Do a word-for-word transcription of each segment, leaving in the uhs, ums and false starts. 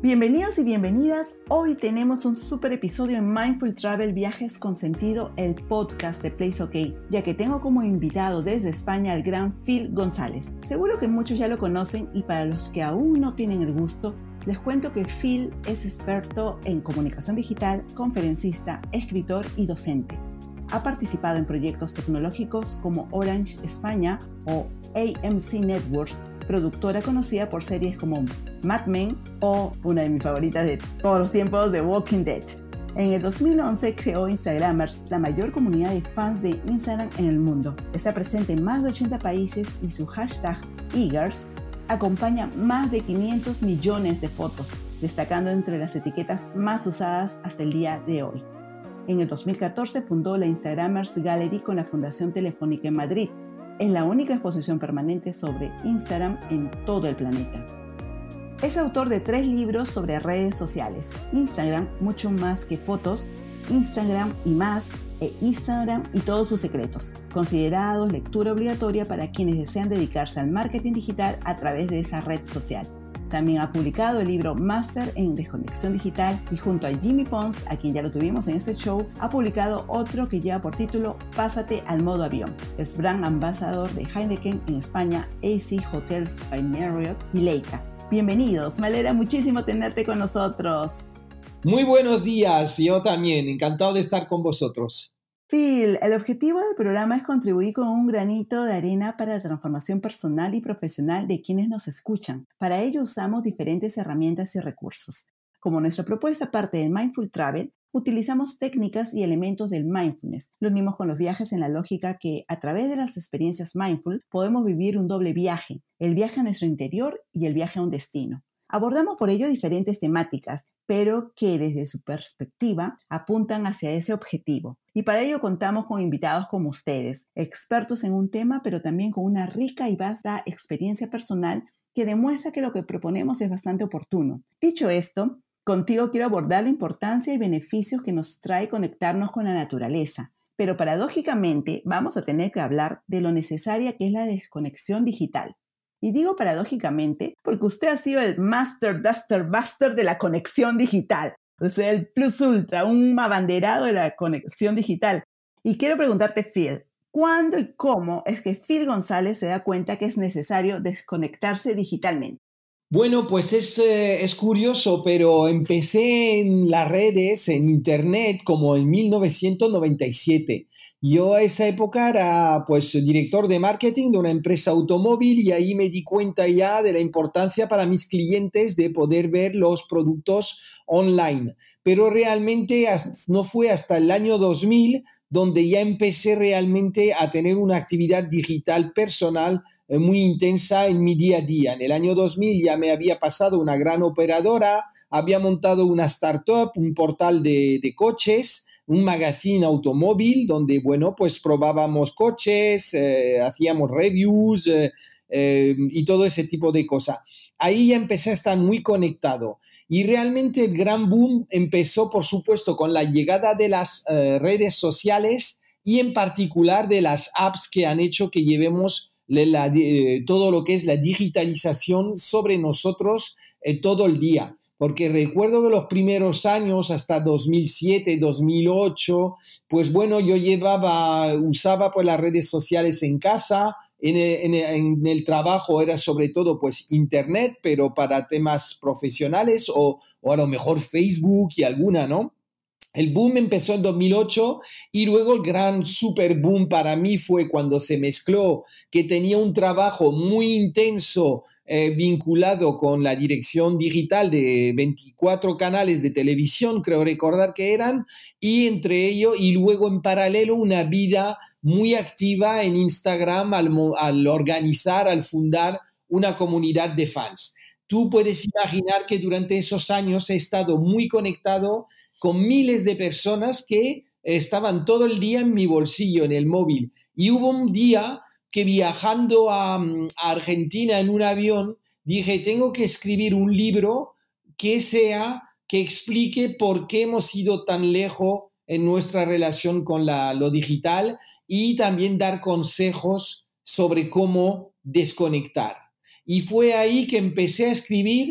Bienvenidos y bienvenidas. Hoy tenemos un super episodio en Mindful Travel Viajes con Sentido, el podcast de Place OK, ya que tengo como invitado desde España al gran Phil González. Seguro que muchos ya lo conocen y para los que aún no tienen el gusto, les cuento que Phil es experto en comunicación digital, conferencista, escritor y docente. Ha participado en proyectos tecnológicos como Orange España o A M C Networks, productora conocida por series como Mad Men o una de mis favoritas de todos los tiempos, The Walking Dead. En el dos mil once creó Instagramers, la mayor comunidad de fans de Instagram en el mundo. Está presente en más de ochenta países y su hashtag Eagers acompaña más de quinientos millones de fotos, destacando entre las etiquetas más usadas hasta el día de hoy. En el dos mil catorce fundó la Instagramers Gallery con la Fundación Telefónica en Madrid. Es la única exposición permanente sobre Instagram en todo el planeta. Es autor de tres libros sobre redes sociales: Instagram, mucho más que fotos, Instagram y más, e Instagram y todos sus secretos, considerados lectura obligatoria para quienes desean dedicarse al marketing digital a través de esa red social. También ha publicado el libro Máster en Desconexión Digital y junto a Jimmy Pons, a quien ya lo tuvimos en este show, ha publicado otro que lleva por título Pásate al modo avión. Es brand ambassador de Heineken en España, A C Hotels by Marriott y Leica. Bienvenidos, me alegra muchísimo tenerte con nosotros. Muy buenos días, yo también, encantado de estar con vosotros. Phil, el objetivo del programa es contribuir con un granito de arena para la transformación personal y profesional de quienes nos escuchan. Para ello usamos diferentes herramientas y recursos. Como nuestra propuesta parte del Mindful Travel, utilizamos técnicas y elementos del mindfulness. Lo unimos con los viajes en la lógica que, a través de las experiencias mindful, podemos vivir un doble viaje, el viaje a nuestro interior y el viaje a un destino. Abordamos por ello diferentes temáticas, pero que desde su perspectiva apuntan hacia ese objetivo. Y para ello contamos con invitados como ustedes, expertos en un tema, pero también con una rica y vasta experiencia personal que demuestra que lo que proponemos es bastante oportuno. Dicho esto, contigo quiero abordar la importancia y beneficios que nos trae conectarnos con la naturaleza. Pero paradójicamente vamos a tener que hablar de lo necesaria que es la desconexión digital. Y digo paradójicamente porque usted ha sido el Master Duster Buster de la conexión digital. O sea, el plus ultra, un abanderado de la conexión digital. Y quiero preguntarte, Phil, ¿cuándo y cómo es que Phil González se da cuenta que es necesario desconectarse digitalmente? Bueno, pues es, eh, es curioso, pero empecé en las redes, en internet, como en mil novecientos noventa y siete. Yo a esa época era pues director de marketing de una empresa automóvil y ahí me di cuenta ya de la importancia para mis clientes de poder ver los productos online. Pero realmente no fue hasta el año dos mil donde ya empecé realmente a tener una actividad digital personal muy intensa en mi día a día. En el año dos mil ya me había pasado una gran operadora, había montado una startup, un portal de, de coches, un magazine automóvil donde, bueno, pues probábamos coches, eh, hacíamos reviews eh, eh, y todo ese tipo de cosas. Ahí ya empecé a estar muy conectado y realmente el gran boom empezó, por supuesto, con la llegada de las eh, redes sociales y en particular de las apps que han hecho que llevemos la, la, eh, todo lo que es la digitalización sobre nosotros eh, todo el día. Porque recuerdo que los primeros años, hasta dos mil siete, dos mil ocho, pues bueno, yo llevaba, usaba pues las redes sociales en casa, en el, en, el, en el trabajo era sobre todo pues internet, pero para temas profesionales o, o a lo mejor Facebook y alguna, ¿no? El boom empezó en dos mil ocho y luego el gran super boom para mí fue cuando se mezcló que tenía un trabajo muy intenso eh, vinculado con la dirección digital de veinticuatro canales de televisión, creo recordar que eran, y entre ellos y luego en paralelo una vida muy activa en Instagram al, al organizar, al fundar una comunidad de fans. Tú puedes imaginar que durante esos años he estado muy conectado con miles de personas que estaban todo el día en mi bolsillo, en el móvil. Y hubo un día que viajando a, a Argentina en un avión, dije, tengo que escribir un libro que sea, que explique por qué hemos ido tan lejos en nuestra relación con la, lo digital y también dar consejos sobre cómo desconectar. Y fue ahí que empecé a escribir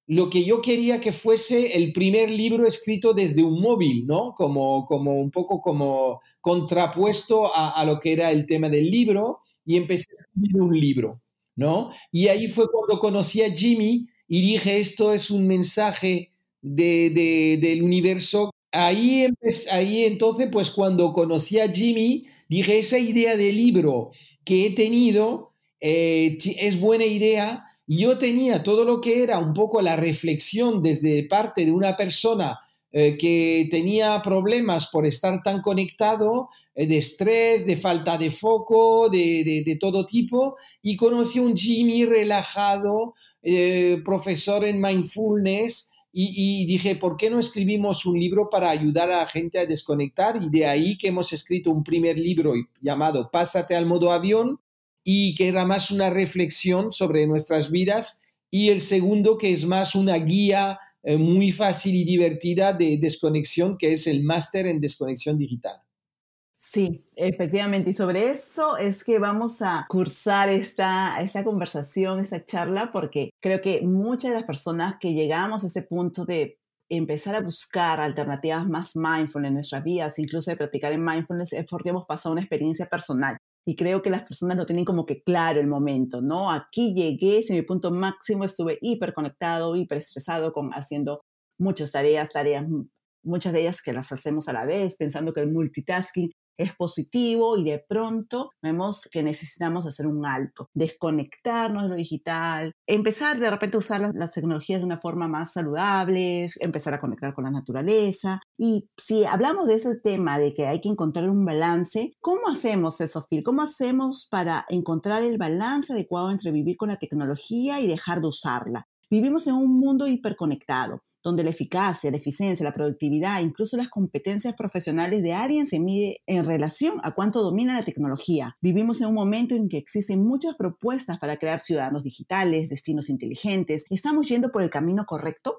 lo que yo quería que fuese el primer libro escrito desde un móvil, ¿no? Como, como un poco como contrapuesto a, a lo que era el tema del libro, y empecé a escribir un libro, ¿no? Y ahí fue cuando conocí a Jimmy y dije, esto es un mensaje de, de- del universo. Ahí, empe- ahí entonces, pues cuando conocí a Jimmy, dije, esa idea de libro que he tenido eh, ti- es buena idea. Y yo tenía todo lo que era un poco la reflexión desde parte de una persona eh, que tenía problemas por estar tan conectado, eh, de estrés, de falta de foco, de, de, de todo tipo, y conocí a un Jimmy relajado, eh, profesor en mindfulness, y, y dije, ¿por qué no escribimos un libro para ayudar a la gente a desconectar? Y de ahí que hemos escrito un primer libro llamado Pásate al modo avión, y que era más una reflexión sobre nuestras vidas, y el segundo que es más una guía eh, muy fácil y divertida de desconexión, que es el máster en desconexión digital. Sí, efectivamente. Y sobre eso es que vamos a cursar esta, esta conversación, esta charla, porque creo que muchas de las personas que llegamos a este punto de empezar a buscar alternativas más mindful en nuestras vidas, incluso de practicar en mindfulness, es porque hemos pasado una experiencia personal. Y creo que las personas lo tienen como que claro el momento, ¿no? Aquí llegué, es mi punto máximo, estuve hiperconectado, hiperestresado con haciendo muchas tareas, tareas, muchas de ellas que las hacemos a la vez, pensando que el multitasking es positivo, y de pronto vemos que necesitamos hacer un alto, desconectarnos de lo digital, empezar de repente a usar las, las tecnologías de una forma más saludable, empezar a conectar con la naturaleza. Y si hablamos de ese tema de que hay que encontrar un balance, ¿cómo hacemos eso, Phil? ¿Cómo hacemos para encontrar el balance adecuado entre vivir con la tecnología y dejar de usarla? Vivimos en un mundo hiperconectado, donde la eficacia, la eficiencia, la productividad, incluso las competencias profesionales de alguien se mide en relación a cuánto domina la tecnología. Vivimos en un momento en que existen muchas propuestas para crear ciudadanos digitales, destinos inteligentes. ¿Estamos yendo por el camino correcto?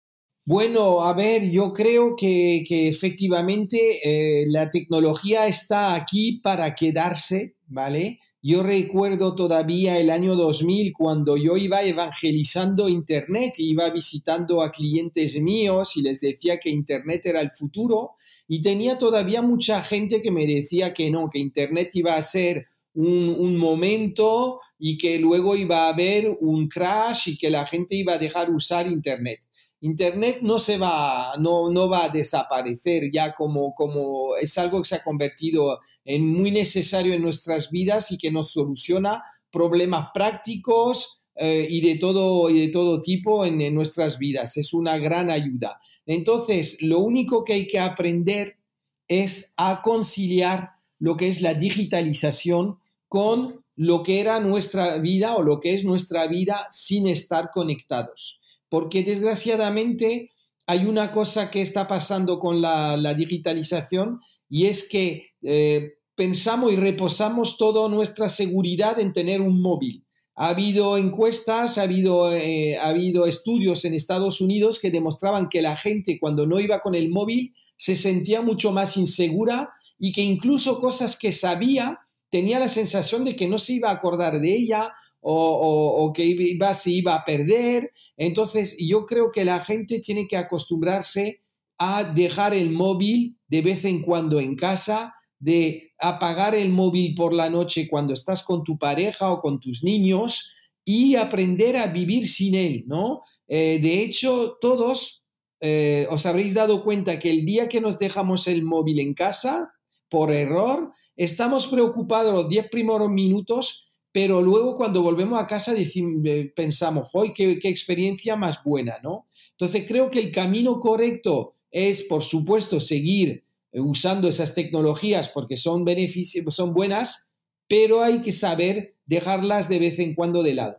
Bueno, a ver, yo creo que, que efectivamente eh, la tecnología está aquí para quedarse, ¿vale? Yo recuerdo todavía el año dos mil cuando yo iba evangelizando Internet, iba visitando a clientes míos y les decía que Internet era el futuro, y tenía todavía mucha gente que me decía que no, que Internet iba a ser un, un momento y que luego iba a haber un crash y que la gente iba a dejar usar Internet. Internet no se va, no, no va a desaparecer ya, como, como es algo que se ha convertido en muy necesario en nuestras vidas y que nos soluciona problemas prácticos eh, y, de todo, y de todo tipo en, en nuestras vidas. Es una gran ayuda. Entonces, lo único que hay que aprender es a conciliar lo que es la digitalización con lo que era nuestra vida o lo que es nuestra vida sin estar conectados. Porque desgraciadamente hay una cosa que está pasando con la, la digitalización, y es que eh, pensamos y reposamos toda nuestra seguridad en tener un móvil. Ha habido encuestas, ha habido, eh, ha habido estudios en Estados Unidos que demostraban que la gente, cuando no iba con el móvil, se sentía mucho más insegura, y que incluso cosas que sabía tenía la sensación de que no se iba a acordar de ella, o, o, o que iba, se iba a perder. Entonces, yo creo que la gente tiene que acostumbrarse a dejar el móvil de vez en cuando en casa, de apagar el móvil por la noche cuando estás con tu pareja o con tus niños, y aprender a vivir sin él, ¿no? Eh, de hecho, todos eh, os habréis dado cuenta que el día que nos dejamos el móvil en casa, por error, estamos preocupados los diez primeros minutos, pero luego cuando volvemos a casa decimos, pensamos, ¡hoy qué, qué experiencia más buena!, ¿no? Entonces creo que el camino correcto es, por supuesto, seguir usando esas tecnologías porque son, benefici- son buenas, pero hay que saber dejarlas de vez en cuando de lado.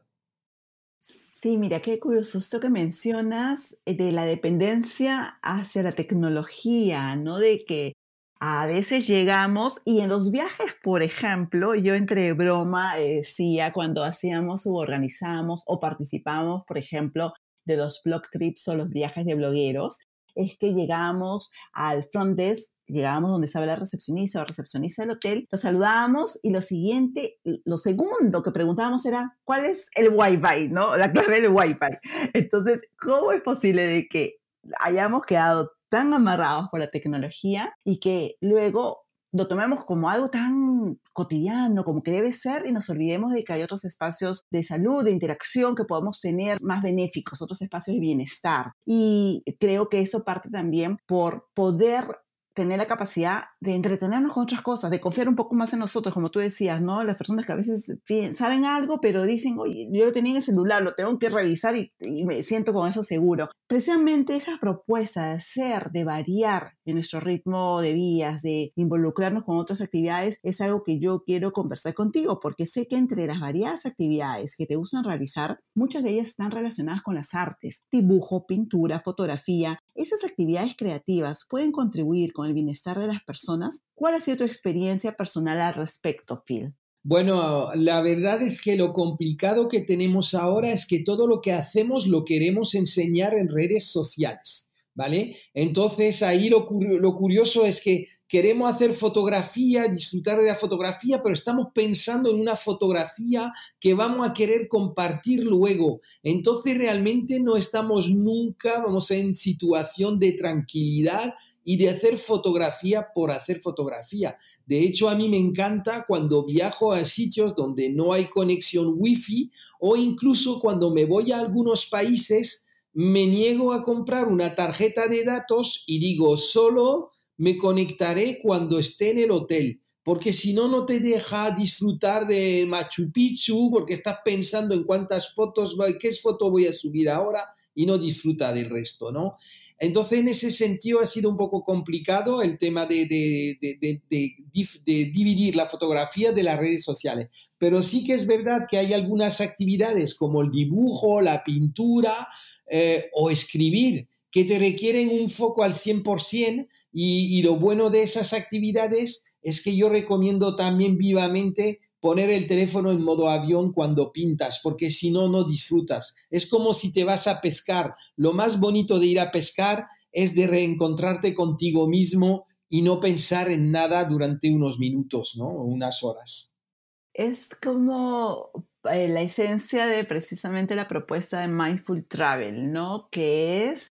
Sí, mira, qué curioso esto que mencionas eh, de la dependencia hacia la tecnología, ¿no? De que a veces llegamos y en los viajes, por ejemplo, yo entre broma eh, decía cuando hacíamos o organizamos o participamos, por ejemplo, de los blog trips o los viajes de blogueros, es que llegamos al front desk llegábamos donde estaba la recepcionista o recepcionista del hotel, lo saludábamos y lo siguiente, lo segundo que preguntábamos era ¿cuál es el Wi-Fi, ¿no? La clave del Wi-Fi. Entonces, ¿cómo es posible de que hayamos quedado tan amarrados por la tecnología y que luego lo tomemos como algo tan cotidiano, como que debe ser, y nos olvidemos de que hay otros espacios de salud, de interacción que podemos tener más benéficos, otros espacios de bienestar? Y creo que eso parte también por poder tener la capacidad de entretenernos con otras cosas, de confiar un poco más en nosotros, como tú decías, ¿no? Las personas que a veces saben algo, pero dicen, oye, yo lo tenía en el celular, lo tengo que revisar y, y me siento con eso seguro. Precisamente esa propuesta de hacer, de variar en nuestro ritmo de vías, de involucrarnos con otras actividades, es algo que yo quiero conversar contigo, porque sé que entre las variadas actividades que te gustan realizar, muchas de ellas están relacionadas con las artes, dibujo, pintura, fotografía. Esas actividades creativas pueden contribuir con el bienestar de las personas. ¿Cuál ha sido tu experiencia personal al respecto, Phil? Bueno, la verdad es que lo complicado que tenemos ahora es que todo lo que hacemos lo queremos enseñar en redes sociales, ¿vale? Entonces ahí lo, lo curioso es que queremos hacer fotografía, disfrutar de la fotografía, pero estamos pensando en una fotografía que vamos a querer compartir luego. Entonces realmente no estamos nunca, vamos, en situación de tranquilidad y de hacer fotografía por hacer fotografía. De hecho, a mí me encanta cuando viajo a sitios donde no hay conexión wifi, o incluso cuando me voy a algunos países, me niego a comprar una tarjeta de datos y digo, solo me conectaré cuando esté en el hotel, porque si no, no te deja disfrutar de Machu Picchu, porque estás pensando en cuántas fotos, qué foto voy a subir ahora, y no disfruta del resto, ¿no? Entonces, en ese sentido ha sido un poco complicado el tema de, de, de, de, de, de dividir la fotografía de las redes sociales. Pero sí que es verdad que hay algunas actividades como el dibujo, la pintura eh, o escribir que te requieren un foco al cien por ciento, y, y lo bueno de esas actividades es que yo recomiendo también vivamente poner el teléfono en modo avión cuando pintas, porque si no, no disfrutas. Es como si te vas a pescar. Lo más bonito de ir a pescar es de reencontrarte contigo mismo y no pensar en nada durante unos minutos, ¿no? Unas horas. Es como eh, la esencia de precisamente la propuesta de Mindful Travel, ¿no? Que es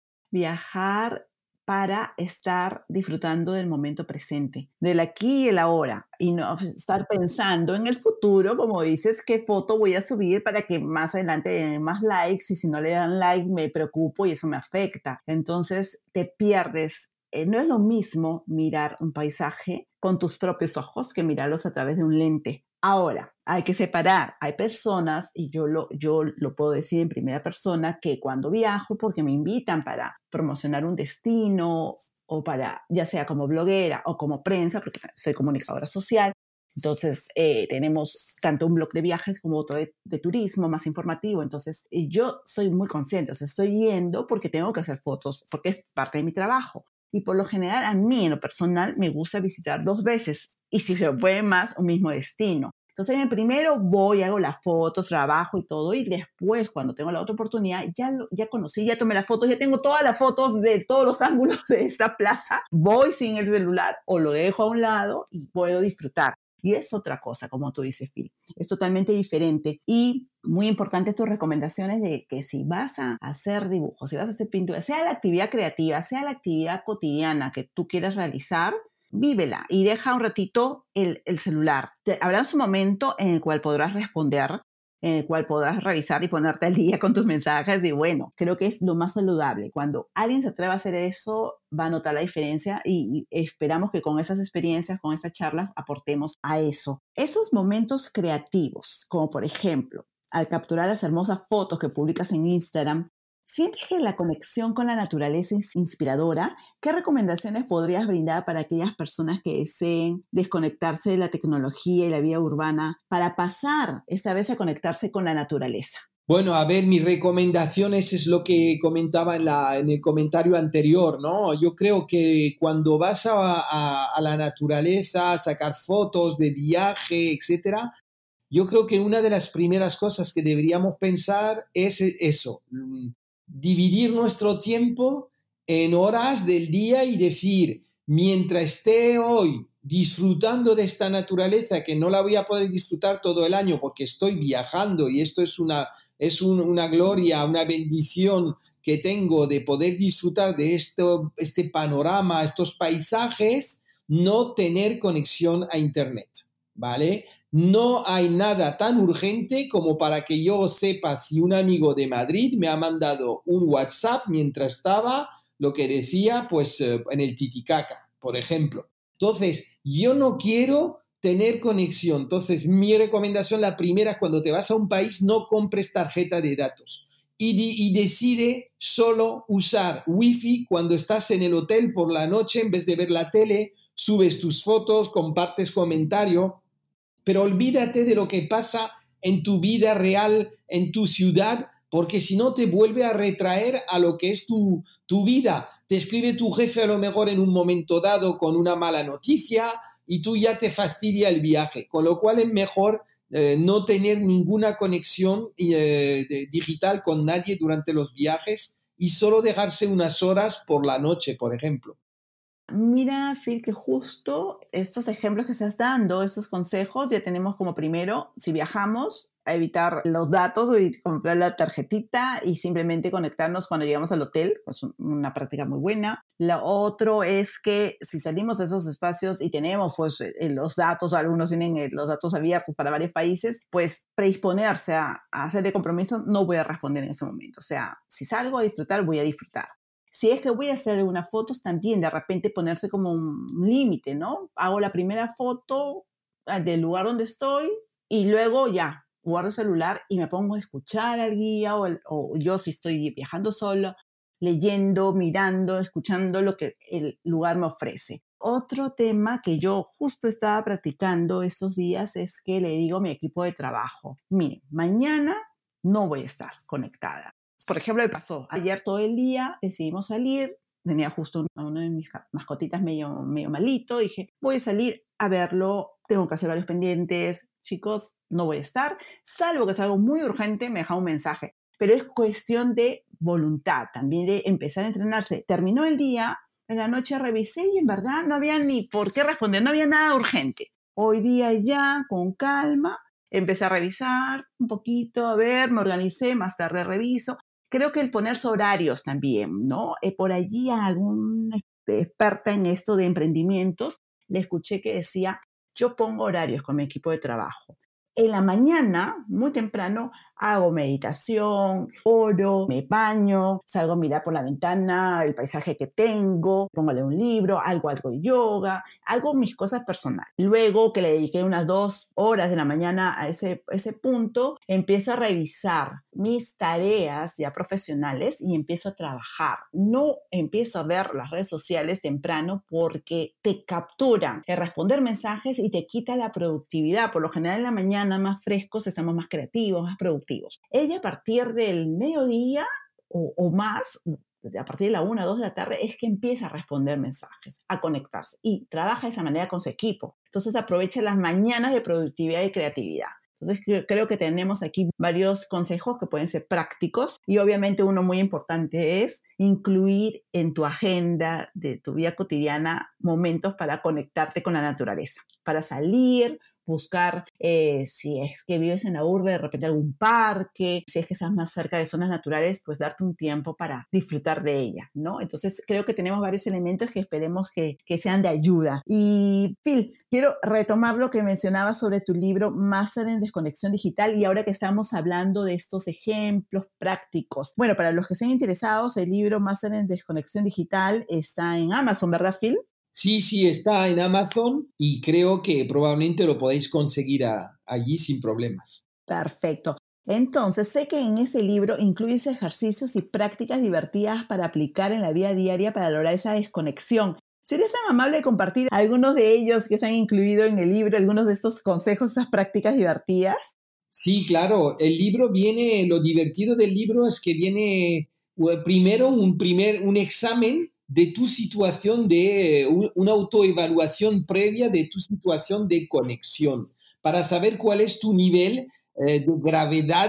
viajar para estar disfrutando del momento presente, del aquí y el ahora, y no estar pensando en el futuro, como dices, qué foto voy a subir para que más adelante den más likes, y si no le dan like me preocupo y eso me afecta. Entonces te pierdes. Eh, no es lo mismo mirar un paisaje con tus propios ojos que mirarlos a través de un lente. Ahora, hay que separar. Hay personas, y yo lo, yo lo puedo decir en primera persona, que cuando viajo, porque me invitan para promocionar un destino o para, ya sea como bloguera o como prensa, porque soy comunicadora social, entonces eh, tenemos tanto un blog de viajes como otro de, de turismo, más informativo. Entonces eh, yo soy muy consciente, o sea, estoy yendo porque tengo que hacer fotos, porque es parte de mi trabajo. Y por lo general, a mí en lo personal me gusta visitar dos veces, y si se puede más, un mismo destino. Entonces, en el primero voy, hago las fotos, trabajo y todo, y después, cuando tengo la otra oportunidad, ya, lo, ya conocí, ya tomé las fotos, ya tengo todas las fotos de todos los ángulos de esta plaza, voy sin el celular o lo dejo a un lado y puedo disfrutar. Y es otra cosa, como tú dices, Phil. Es totalmente diferente. Y muy importante tus recomendaciones de que si vas a hacer dibujos, si vas a hacer pintura, sea la actividad creativa, sea la actividad cotidiana que tú quieras realizar, vívela y deja un ratito el, el celular. Habrá un momento en el cual podrás responder, en el cual podrás revisar y ponerte al día con tus mensajes. Y bueno, creo que es lo más saludable. Cuando alguien se atreva a hacer eso, va a notar la diferencia, y, y esperamos que con esas experiencias, con estas charlas, aportemos a eso. Esos momentos creativos, como por ejemplo, al capturar las hermosas fotos que publicas en Instagram, ¿sientes que la conexión con la naturaleza es inspiradora? ¿Qué recomendaciones podrías brindar para aquellas personas que deseen desconectarse de la tecnología y la vida urbana para pasar esta vez a conectarse con la naturaleza? Bueno, a ver, mis recomendaciones es lo que comentaba en, la, en el comentario anterior, ¿no? Yo creo que cuando vas a, a, a la naturaleza, a sacar fotos de viaje, etcétera, yo creo que una de las primeras cosas que deberíamos pensar es eso, dividir nuestro tiempo en horas del día y decir, mientras esté hoy disfrutando de esta naturaleza, que no la voy a poder disfrutar todo el año porque estoy viajando y esto es una, es un, una gloria, una bendición que tengo de poder disfrutar de esto, este panorama, estos paisajes, no tener conexión a Internet, ¿vale? No hay nada tan urgente como para que yo sepa si un amigo de Madrid me ha mandado un WhatsApp mientras estaba, lo que decía, pues en el Titicaca, por ejemplo. Entonces, yo no quiero tener conexión. Entonces, mi recomendación, la primera, cuando te vas a un país, no compres tarjeta de datos. Y, y decide solo usar Wi-Fi cuando estás en el hotel por la noche, en vez de ver la tele, subes tus fotos, compartes comentario, pero olvídate de lo que pasa en tu vida real, en tu ciudad, porque si no te vuelve a retraer a lo que es tu, tu vida. Te escribe tu jefe a lo mejor en un momento dado con una mala noticia y tú ya te fastidia el viaje, con lo cual es mejor eh, no tener ninguna conexión eh, de, digital con nadie durante los viajes y solo dejarse unas horas por la noche, por ejemplo. Mira, Phil, que justo estos ejemplos que estás dando, estos consejos, ya tenemos como primero, si viajamos, a evitar los datos y comprar la tarjetita y simplemente conectarnos cuando llegamos al hotel, pues una práctica muy buena. Lo otro es que si salimos de esos espacios y tenemos pues los datos, algunos tienen los datos abiertos para varios países, pues predisponerse a, a hacer el compromiso, no voy a responder en ese momento. O sea, si salgo a disfrutar, voy a disfrutar. Si es que voy a hacer algunas fotos, también de repente ponerse como un límite, ¿no? Hago la primera foto del lugar donde estoy y luego ya guardo el celular y me pongo a escuchar al guía o, el, o yo si estoy viajando solo, leyendo, mirando, escuchando lo que el lugar me ofrece. Otro tema que yo justo estaba practicando estos días es que le digo a mi equipo de trabajo, miren, mañana no voy a estar conectada. Por ejemplo, me pasó, ayer todo el día decidimos salir, tenía justo uno de mis mascotitas medio, medio malito, dije, voy a salir a verlo, tengo que hacer varios pendientes, chicos, no voy a estar, salvo que es algo muy urgente, me deja un mensaje, pero es cuestión de voluntad, también de empezar a entrenarse. Terminó el día, en la noche revisé y en verdad no había ni por qué responder, no había nada urgente. Hoy día ya, con calma, empecé a revisar un poquito, a ver, me organicé, más tarde reviso. Creo que el ponerse horarios también, ¿no? Eh, por allí a algún este, experta en esto de emprendimientos le escuché que decía, yo pongo horarios con mi equipo de trabajo. En la mañana, muy temprano, hago meditación, oro, me baño, salgo a mirar por la ventana el paisaje que tengo, pongo a leer un libro, algo, algo de yoga, hago mis cosas personales. Luego que le dediqué unas dos horas de la mañana a ese, ese punto, empiezo a revisar mis tareas ya profesionales y empiezo a trabajar. No empiezo a ver las redes sociales temprano porque te capturan el responder mensajes y te quita la productividad. Por lo general en la mañana más frescos estamos más creativos, más productivos. Ella a partir del mediodía o, o más, a partir de la una o dos de la tarde, es que empieza a responder mensajes, a conectarse y trabaja de esa manera con su equipo. Entonces aprovecha las mañanas de productividad y creatividad. Entonces creo que tenemos aquí varios consejos que pueden ser prácticos y obviamente uno muy importante es incluir en tu agenda de tu vida cotidiana momentos para conectarte con la naturaleza, para salir, buscar, eh, si es que vives en la urbe, de repente algún parque, si es que estás más cerca de zonas naturales, pues darte un tiempo para disfrutar de ellas, ¿no? Entonces creo que tenemos varios elementos que esperemos que, que sean de ayuda. Y Phil, quiero retomar lo que mencionabas sobre tu libro Máster en Desconexión Digital y ahora que estamos hablando de estos ejemplos prácticos. Bueno, para los que estén interesados, el libro Máster en Desconexión Digital está en Amazon, ¿verdad, Phil? Sí, sí, está en Amazon y creo que probablemente lo podéis conseguir a, allí sin problemas. Perfecto. Entonces, sé que en ese libro incluyes ejercicios y prácticas divertidas para aplicar en la vida diaria para lograr esa desconexión. ¿Serías tan amable de compartir algunos de ellos que se han incluido en el libro, algunos de estos consejos, esas prácticas divertidas? Sí, claro. El libro viene, lo divertido del libro es que viene primero un, primer, un examen de tu situación, de una autoevaluación previa de tu situación de conexión, para saber cuál es tu nivel eh, de gravedad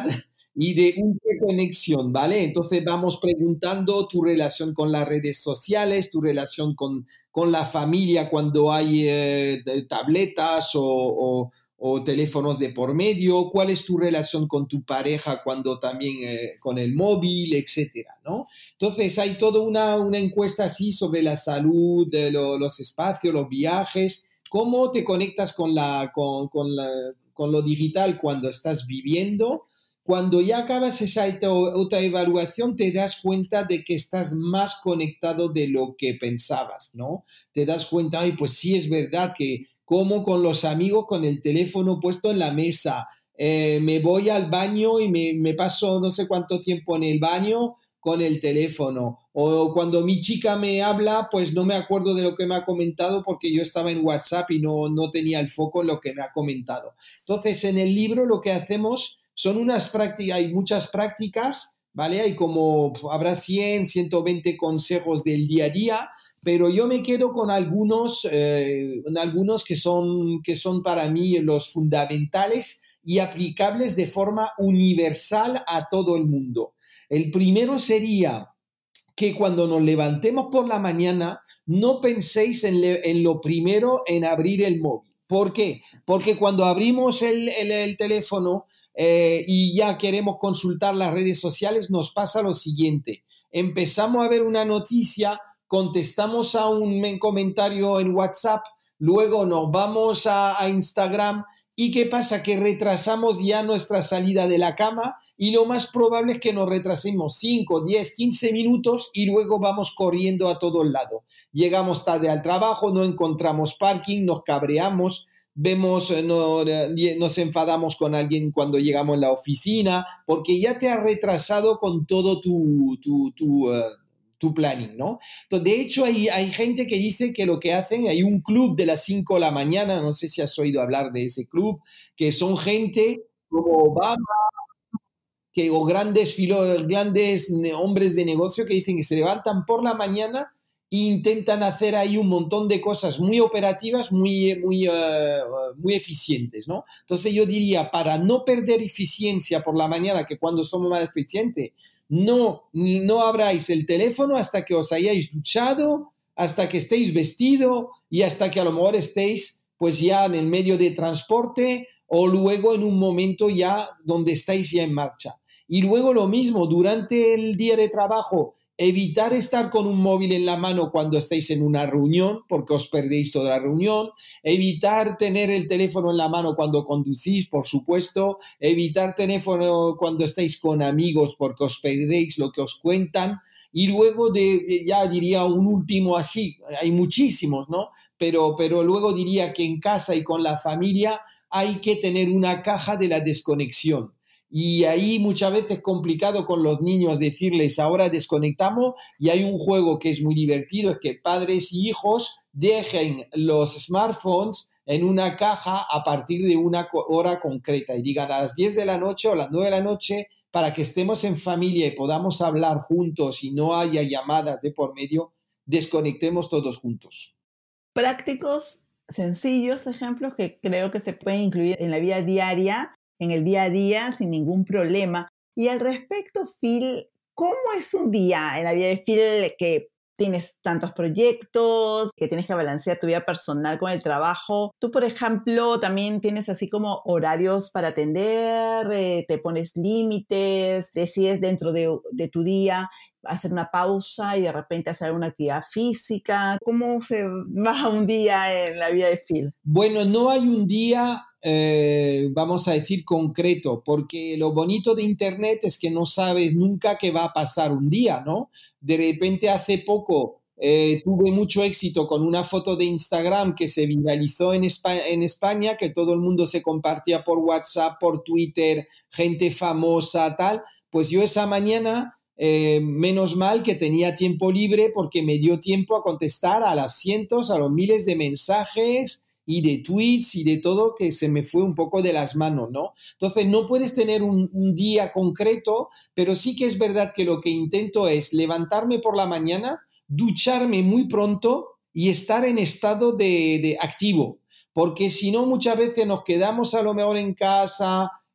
y de interconexión, ¿vale? Entonces vamos preguntando tu relación con las redes sociales, tu relación con, con la familia cuando hay eh, tabletas o, o, o, teléfonos de por medio, cuál es tu relación con tu pareja cuando también eh, con el móvil, etcétera, ¿no? Entonces hay toda una, una encuesta así sobre la salud, de lo, los espacios, los viajes, cómo te conectas con, la, con, con, la, con lo digital cuando estás viviendo. Cuando ya acabas esa otra evaluación, te das cuenta de que estás más conectado de lo que pensabas, ¿no? Te das cuenta, ay, pues sí es verdad que como con los amigos con el teléfono puesto en la mesa, eh, me voy al baño y me, me paso no sé cuánto tiempo en el baño con el teléfono. O cuando mi chica me habla, pues no me acuerdo de lo que me ha comentado porque yo estaba en WhatsApp y no, no tenía el foco en lo que me ha comentado. Entonces, en el libro lo que hacemos son unas prácticas, hay muchas prácticas, ¿vale? Hay como, habrá cien, ciento veinte consejos del día a día, pero yo me quedo con algunos, eh, algunos que son, que son para mí los fundamentales y aplicables de forma universal a todo el mundo. El primero sería que cuando nos levantemos por la mañana no penséis en, le, en lo primero en abrir el móvil. ¿Por qué? Porque cuando abrimos el, el, el teléfono eh, y ya queremos consultar las redes sociales, nos pasa lo siguiente. Empezamos a ver una noticia, contestamos a un comentario en WhatsApp, luego nos vamos a, a Instagram. ¿Y qué pasa? Que retrasamos ya nuestra salida de la cama y lo más probable es que nos retrasemos cinco, diez, quince minutos y luego vamos corriendo a todo el lado. Llegamos tarde al trabajo, no encontramos parking, nos cabreamos, vemos, no, nos enfadamos con alguien cuando llegamos a la oficina porque ya te has retrasado con todo tu... tu, tu uh, tu planning, ¿no? Entonces, de hecho, hay, hay gente que dice que lo que hacen, hay un club de las cinco de la mañana, no sé si has oído hablar de ese club, que son gente como Obama, que, o grandes, filo, grandes hombres de negocio que dicen que se levantan por la mañana e intentan hacer ahí un montón de cosas muy operativas, muy, muy, uh, muy eficientes, ¿no? Entonces yo diría, para no perder eficiencia por la mañana, que cuando somos más eficientes, no, no abráis el teléfono hasta que os hayáis duchado, hasta que estéis vestido y hasta que a lo mejor estéis pues ya en el medio de transporte o luego en un momento ya donde estáis ya en marcha. Y luego lo mismo, durante el día de trabajo, evitar estar con un móvil en la mano cuando estáis en una reunión, porque os perdéis toda la reunión, evitar tener el teléfono en la mano cuando conducís, por supuesto, evitar teléfono cuando estáis con amigos porque os perdéis lo que os cuentan, y luego de, ya diría un último así, hay muchísimos, ¿no? Pero, pero luego diría que en casa y con la familia hay que tener una caja de la desconexión. Y ahí muchas veces es complicado con los niños decirles ahora desconectamos, y hay un juego que es muy divertido, es que padres y hijos dejen los smartphones en una caja a partir de una hora concreta y digan a las diez de la noche o a las nueve de la noche para que estemos en familia y podamos hablar juntos y no haya llamadas de por medio, desconectemos todos juntos. Prácticos, sencillos ejemplos que creo que se pueden incluir en la vida diaria, en el día a día sin ningún problema. Y al respecto, Phil, ¿cómo es un día en la vida de Phil que tienes tantos proyectos, que tienes que balancear tu vida personal con el trabajo? Tú, por ejemplo, también tienes así como horarios para atender, eh, te pones límites, decides dentro de, de tu día hacer una pausa y de repente hacer una actividad física. ¿Cómo se va un día en la vida de Phil? Bueno, no hay un día, eh, vamos a decir, concreto, porque lo bonito de Internet es que no sabes nunca qué va a pasar un día, ¿no? De repente hace poco eh, tuve mucho éxito con una foto de Instagram que se viralizó en España, en España, que todo el mundo se compartía por WhatsApp, por Twitter, gente famosa, tal. Pues yo esa mañana... Eh, menos mal que tenía tiempo libre porque me dio tiempo a contestar a las cientos, a los miles de mensajes y de tweets y de todo que se me fue un poco de las manos, ¿no? Entonces no puedes tener un, un día concreto, pero sí que es verdad que lo que intento es levantarme por la mañana, ducharme muy pronto y estar en estado de, de activo, porque si no muchas veces nos quedamos a lo mejor en casa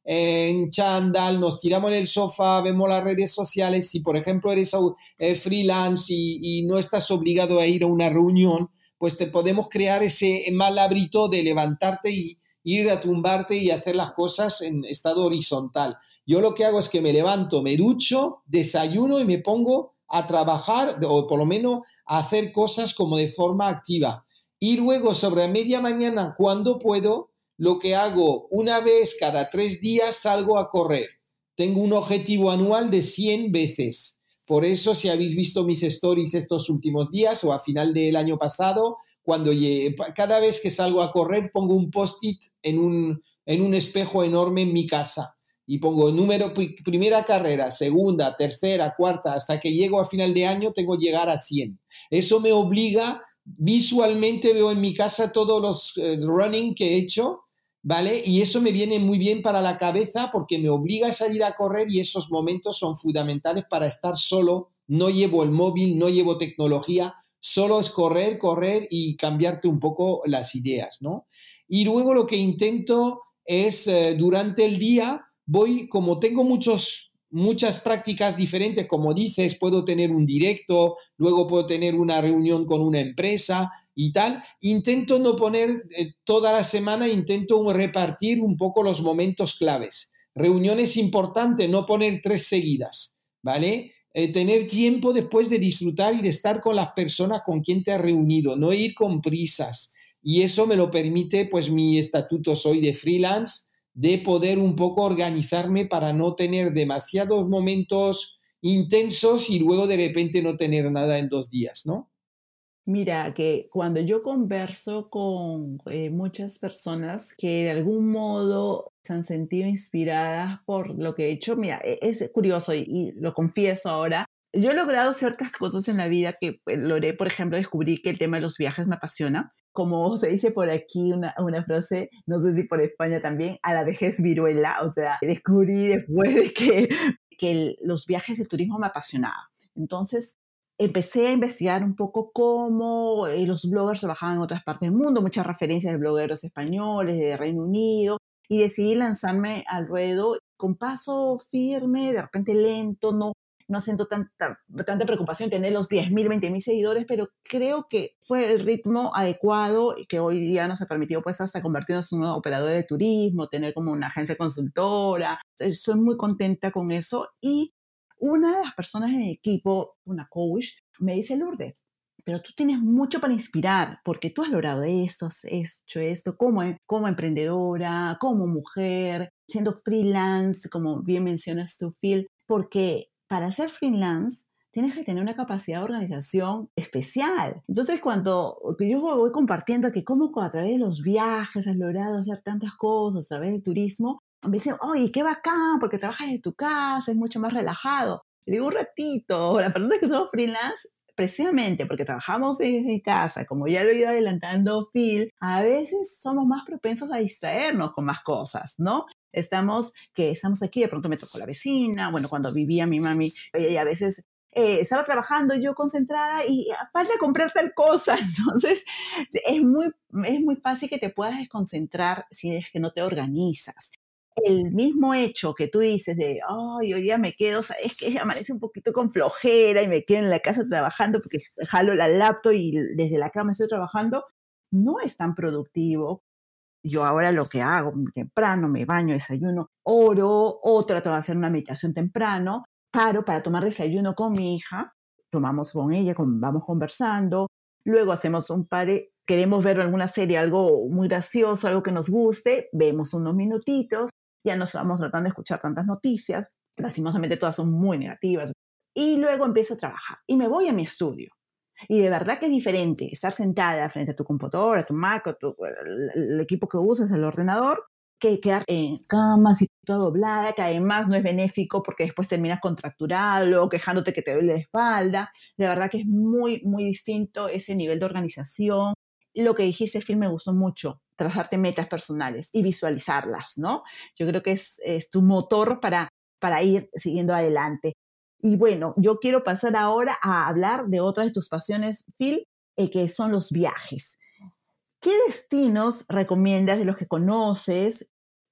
en chándal, nos tiramos en el sofá, vemos las redes sociales. Si, por ejemplo, eres eh, freelance y, y no estás obligado a ir a una reunión, pues te podemos crear ese mal hábito de levantarte y ir a tumbarte y hacer las cosas en estado horizontal. Yo lo que hago es que me levanto, me ducho, desayuno y me pongo a trabajar o por lo menos a hacer cosas como de forma activa. Y luego sobre media mañana, cuando puedo, lo que hago una vez cada tres días salgo a correr. Tengo un objetivo anual de cien veces. Por eso, si habéis visto mis stories estos últimos días o a final del año pasado, cuando llegue, cada vez que salgo a correr pongo un post-it en un, en un espejo enorme en mi casa y pongo número, primera carrera, segunda, tercera, cuarta, hasta que llego a final de año tengo que llegar a cien. Eso me obliga, visualmente veo en mi casa todos los eh, running que he hecho, ¿vale? Y eso me viene muy bien para la cabeza porque me obliga a salir a correr y esos momentos son fundamentales para estar solo. No llevo el móvil, no llevo tecnología, solo es correr, correr y cambiarte un poco las ideas, ¿no? Y luego lo que intento es eh, durante el día voy, como tengo muchos, muchas prácticas diferentes, como dices, puedo tener un directo, luego puedo tener una reunión con una empresa y tal, intento no poner eh, toda la semana, intento repartir un poco los momentos claves. Reuniones importantes, no poner tres seguidas, ¿vale? Eh, tener tiempo después de disfrutar y de estar con las personas con quien te has reunido, no ir con prisas. Y eso me lo permite, pues, mi estatuto, soy de freelance, de poder un poco organizarme para no tener demasiados momentos intensos y luego de repente no tener nada en dos días, ¿no? Mira, que cuando yo converso con eh, muchas personas que de algún modo se han sentido inspiradas por lo que he hecho, mira, e- es curioso y, y lo confieso ahora. Yo he logrado ciertas cosas en la vida que pues, logré, por ejemplo, descubrí que el tema de los viajes me apasiona. Como se dice por aquí una, una frase, no sé si por España también, a la vejez viruela, o sea, descubrí después de que, que el- los viajes de turismo me apasionaban. Entonces, empecé a investigar un poco cómo eh, los bloggers trabajaban en otras partes del mundo, muchas referencias de blogueros españoles, de Reino Unido, y decidí lanzarme al ruedo con paso firme, de repente lento, no, no siento tanta, tanta preocupación tener los diez mil, veinte mil seguidores, pero creo que fue el ritmo adecuado y que hoy día nos ha permitido pues hasta convertirnos en un operador de turismo, tener como una agencia consultora. Soy muy contenta con eso y una de las personas en mi equipo, una coach, me dice, Lourdes, pero tú tienes mucho para inspirar, porque tú has logrado esto, has hecho esto, como, como emprendedora, como mujer, siendo freelance, como bien mencionas tú, Phil, porque para ser freelance tienes que tener una capacidad de organización especial. Entonces, cuando yo voy compartiendo que cómo a través de los viajes has logrado hacer tantas cosas, a través del turismo, me dicen, oye, qué bacán, porque trabajas en tu casa, es mucho más relajado. Le digo, un ratito, las personas que somos freelance, precisamente porque trabajamos desde casa, como ya lo he ido adelantando Phil, a veces somos más propensos a distraernos con más cosas, ¿no? Estamos, que estamos aquí, de pronto me tocó la vecina, bueno, cuando vivía mi mami, y a veces eh, estaba trabajando yo concentrada y falta comprar tal cosa, entonces es muy, es muy fácil que te puedas desconcentrar si es que no te organizas. El mismo hecho que tú dices de, ay, hoy día me quedo, sabes que amanece un poquito con flojera y me quedo en la casa trabajando porque jalo la laptop y desde la cama estoy trabajando, no es tan productivo. Yo ahora lo que hago, temprano me baño, desayuno, oro, o trato de hacer una meditación temprano, paro para tomar desayuno con mi hija, tomamos con ella, con, vamos conversando, luego hacemos un par, queremos ver alguna serie, algo muy gracioso, algo que nos guste, vemos unos minutitos, ya no estamos tratando de escuchar tantas noticias, lastimosamente todas son muy negativas, y luego empiezo a trabajar y me voy a mi estudio. Y de verdad que es diferente estar sentada frente a tu computadora, a tu Mac, o tu, el, el equipo que usas, el ordenador, que quedar en cama, así toda doblada, que además no es benéfico porque después terminas contracturado, luego quejándote que te duele la espalda. De verdad que es muy, muy distinto ese nivel de organización. Lo que dijiste, Phil, me gustó mucho, trazarte metas personales y visualizarlas, ¿no? Yo creo que es, es tu motor para, para ir siguiendo adelante. Y bueno, yo quiero pasar ahora a hablar de otra de tus pasiones, Phil, eh, que son los viajes. ¿Qué destinos recomiendas de los que conoces?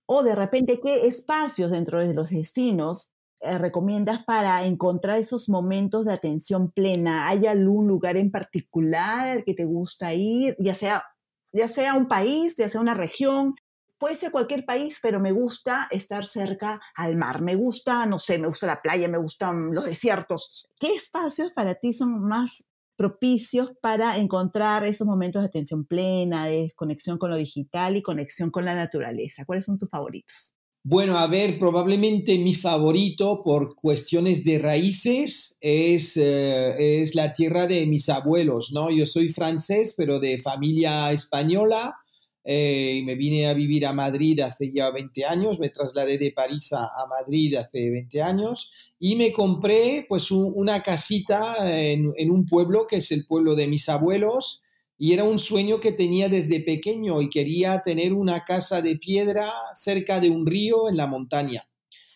O de repente, ¿qué espacios dentro de los destinos eh, recomiendas para encontrar esos momentos de atención plena? ¿Hay algún lugar en particular al que te gusta ir? Ya sea, ya sea un país, ya sea una región, puede ser cualquier país, pero me gusta estar cerca al mar. Me gusta, no sé, me gusta la playa, me gustan los desiertos. ¿Qué espacios para ti son más propicios para encontrar esos momentos de atención plena, de conexión con lo digital y conexión con la naturaleza? ¿Cuáles son tus favoritos? Bueno, a ver, probablemente mi favorito por cuestiones de raíces es, eh, es la tierra de mis abuelos, ¿no? Yo soy francés, pero de familia española, eh, y me vine a vivir a Madrid hace ya veinte años, me trasladé de París a, a Madrid hace veinte años y me compré pues un- una casita en, en un pueblo que es el pueblo de mis abuelos y era un sueño que tenía desde pequeño y quería tener una casa de piedra cerca de un río en la montaña.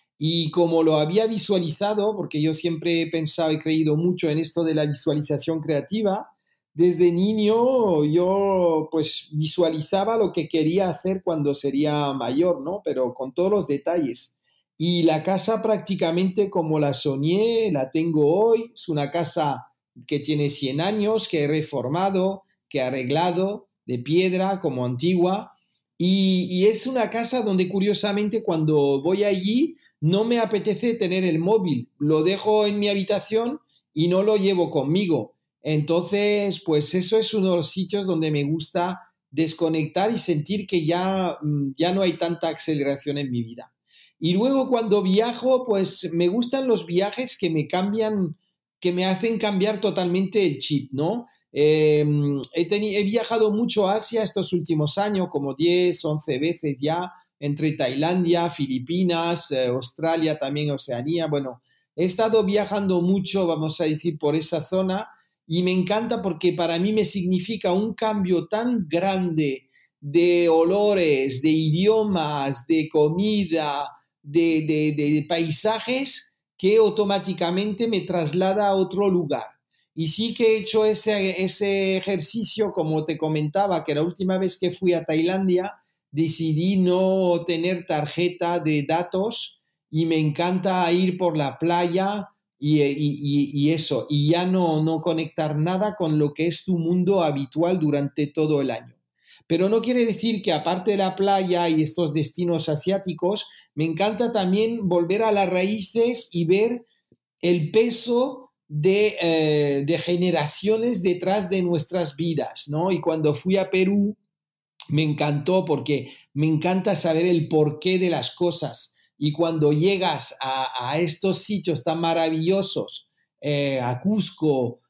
Y como lo había visualizado, porque yo siempre he pensado y creído mucho en esto de la visualización creativa, desde niño yo pues visualizaba lo que quería hacer cuando sería mayor, ¿no? Pero con todos los detalles. Y la casa prácticamente como la soñé, la tengo hoy. Es una casa que tiene cien años, que he reformado, que he arreglado de piedra como antigua. Y, y es una casa donde curiosamente cuando voy allí no me apetece tener el móvil, lo dejo en mi habitación y no lo llevo conmigo. Entonces, pues eso es uno de los sitios donde me gusta desconectar y sentir que ya, mm, ya no hay tanta aceleración en mi vida. Y luego cuando viajo, pues me gustan los viajes que me cambian, que me hacen cambiar totalmente el chip, ¿no? Eh, he, teni- he viajado mucho a Asia estos últimos años, como diez once veces ya, entre Tailandia, Filipinas, eh, Australia, también Oceanía. Bueno, he estado viajando mucho, vamos a decir, por esa zona y me encanta porque para mí me significa un cambio tan grande de olores, de idiomas, de comida, de, de, de paisajes que automáticamente me traslada a otro lugar. Y sí que he hecho ese, ese ejercicio, como te comentaba, que la última vez que fui a Tailandia, decidí no tener tarjeta de datos y me encanta ir por la playa y, y, y eso, y ya no, no conectar nada con lo que es tu mundo habitual durante todo el año. Pero no quiere decir que aparte de la playa y estos destinos asiáticos, me encanta también volver a las raíces y ver el peso de, eh, de generaciones detrás de nuestras vidas, ¿no? Y cuando fui a Perú, me encantó porque me encanta saber el porqué de las cosas. Y cuando llegas a, a estos sitios tan maravillosos, eh, a Cusco,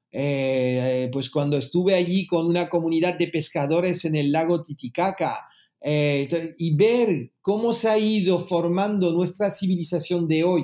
eh, pues cuando estuve allí con una comunidad de pescadores en el lago Titicaca, eh, y ver cómo se ha ido formando nuestra civilización de hoy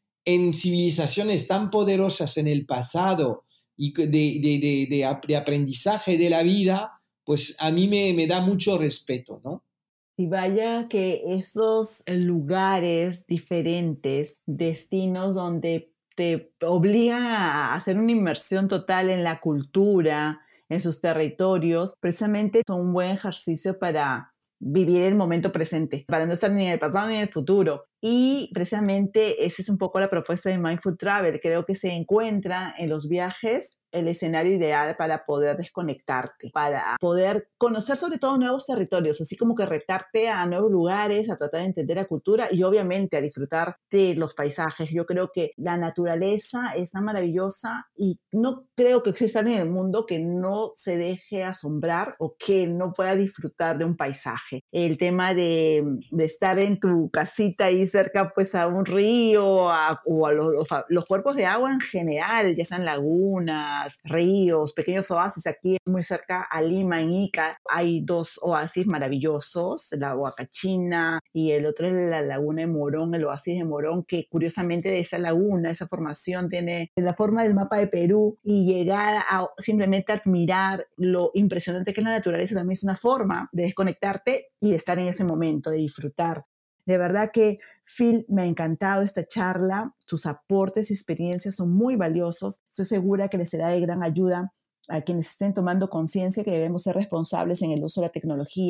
en civilizaciones tan poderosas en el pasado y de, de, de, de, de aprendizaje de la vida, pues a mí me, me da mucho respeto, ¿no? Y vaya que esos lugares diferentes, destinos donde te obligan a hacer una inmersión total en la cultura, en sus territorios, precisamente son un buen ejercicio para vivir el momento presente, para no estar ni en el pasado ni en el futuro. Y precisamente esa es un poco la propuesta de Mindful Travel. Creo que se encuentra en los viajes el escenario ideal para poder desconectarte, para poder conocer sobre todo nuevos territorios, así como que retarte a nuevos lugares, a tratar de entender la cultura y obviamente a disfrutar de los paisajes. Yo creo que la naturaleza es tan maravillosa y no creo que exista alguien en el mundo que no se deje asombrar o que no pueda disfrutar de un paisaje. El tema de, de estar en tu casita ahí cerca pues a un río a, o a los, los cuerpos de agua en general, ya sean lagunas, ríos, pequeños oasis. Aquí muy cerca a Lima, en Ica, hay dos oasis maravillosos, la Huacachina y el otro es la laguna de Morón, el oasis de Morón, que curiosamente de esa laguna, esa formación tiene la forma del mapa de Perú y llegar a simplemente admirar lo impresionante que es la naturaleza también es una forma de desconectarte y de estar en ese momento, de disfrutar. De verdad que, Phil, me ha encantado esta charla. Tus aportes y experiencias son muy valiosos. Estoy segura que les será de gran ayuda a quienes estén tomando conciencia que debemos ser responsables en el uso de la tecnología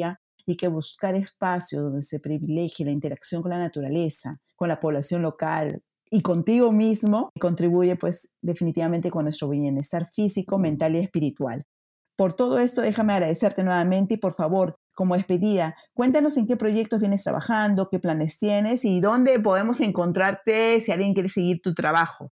y que buscar espacios donde se privilegie la interacción con la naturaleza, con la población local y contigo mismo contribuye pues definitivamente con nuestro bienestar físico, mental y espiritual. Por todo esto, déjame agradecerte nuevamente y por favor, como despedida, cuéntanos en qué proyectos vienes trabajando, qué planes tienes y dónde podemos encontrarte si alguien quiere seguir tu trabajo.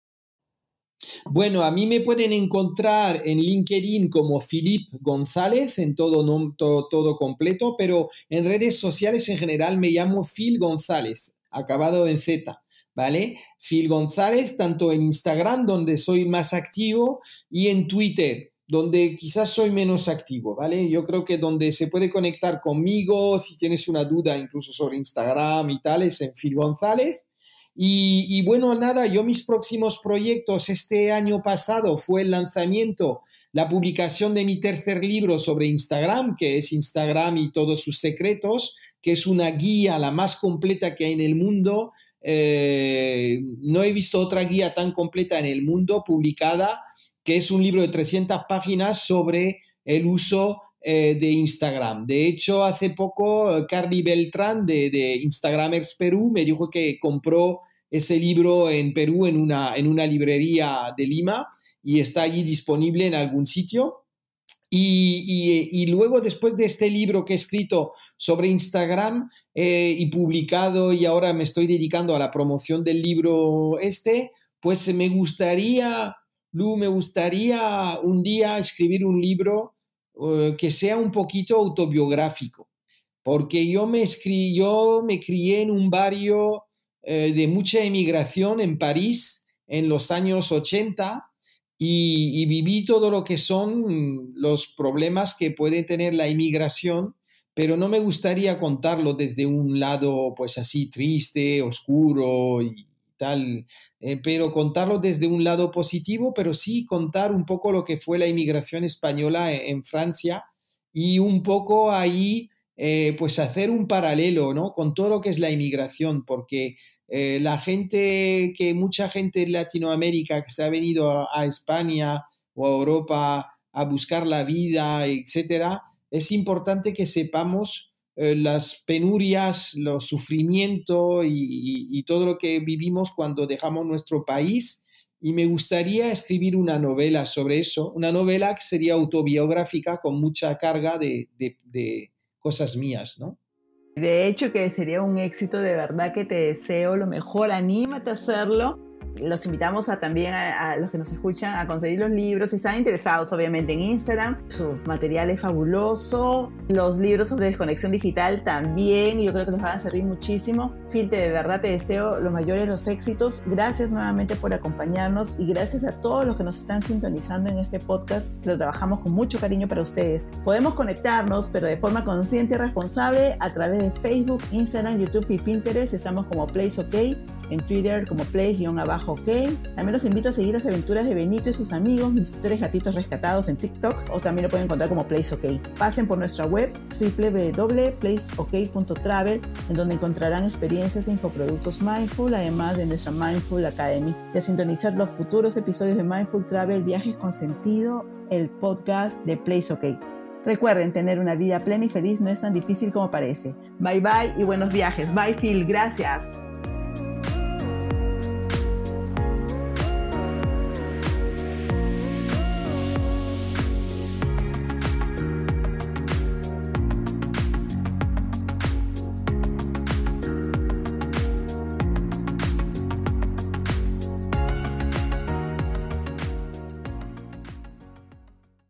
Bueno, a mí me pueden encontrar en LinkedIn como Philip González, en todo, no, todo, todo completo, pero en redes sociales en general me llamo Phil González, acabado en Z, ¿vale? Phil González, tanto en Instagram, donde soy más activo, y en Twitter, donde quizás soy menos activo, ¿vale? Yo creo que donde se puede conectar conmigo, si tienes una duda incluso sobre Instagram y tal, es en Phil González. Y, y bueno, nada, yo mis próximos proyectos este año pasado fue el lanzamiento, la publicación de mi tercer libro sobre Instagram, que es Instagram y todos sus secretos, que es una guía la más completa que hay en el mundo. Eh, no he visto otra guía tan completa en el mundo publicada, que es un libro de trescientas páginas sobre el uso eh, de Instagram. De hecho, hace poco Carly Beltrán de, de Instagramers Perú me dijo que compró ese libro en Perú en una, en una librería de Lima y está allí disponible en algún sitio. Y, y, y luego, después de este libro que he escrito sobre Instagram eh, y publicado, y ahora me estoy dedicando a la promoción del libro este, pues me gustaría... Lu, me gustaría un día escribir un libro uh, que sea un poquito autobiográfico, porque yo me, escri yo me crié en un barrio eh, de mucha emigración en París en los años ochenta y, y viví todo lo que son los problemas que puede tener la inmigración, pero no me gustaría contarlo desde un lado pues así triste, oscuro y tal, eh, pero contarlo desde un lado positivo, pero sí contar un poco lo que fue la inmigración española en, en Francia y un poco ahí, eh, pues hacer un paralelo, ¿no? Con todo lo que es la inmigración, porque eh, la gente, que mucha gente en Latinoamérica que se ha venido a, a España o a Europa a buscar la vida, etcétera, es importante que sepamos Eh, las penurias, los sufrimientos y, y, y todo lo que vivimos cuando dejamos nuestro país. Y me gustaría escribir una novela sobre eso, una novela que sería autobiográfica con mucha carga de, de, de cosas mías, ¿no? De hecho, que sería un éxito, de verdad que te deseo lo mejor, anímate a hacerlo. Los invitamos a, también a, a los que nos escuchan a conseguir los libros, si están interesados obviamente en Instagram, su material es fabuloso, los libros sobre desconexión digital también, yo creo que les van a servir muchísimo. Phil, de verdad te deseo los mayores los éxitos, gracias nuevamente por acompañarnos y gracias a todos los que nos están sintonizando en este podcast, lo trabajamos con mucho cariño para ustedes. Podemos conectarnos, pero de forma consciente y responsable a través de Facebook, Instagram, YouTube y Pinterest, estamos como Place OK, en Twitter como Place-abajo OK. También los invito a seguir las aventuras de Benito y sus amigos, mis tres gatitos rescatados en TikTok, o también lo pueden encontrar como Place OK. Pasen por nuestra web doble u doble u doble u punto place ok punto travel, en donde encontrarán experiencias e infoproductos Mindful, además de nuestra Mindful Academy, y a sintonizar los futuros episodios de Mindful Travel, Viajes con Sentido, el podcast de Place OK. Recuerden, tener una vida plena y feliz no es tan difícil como parece. Bye bye y buenos viajes. Bye Phil, gracias.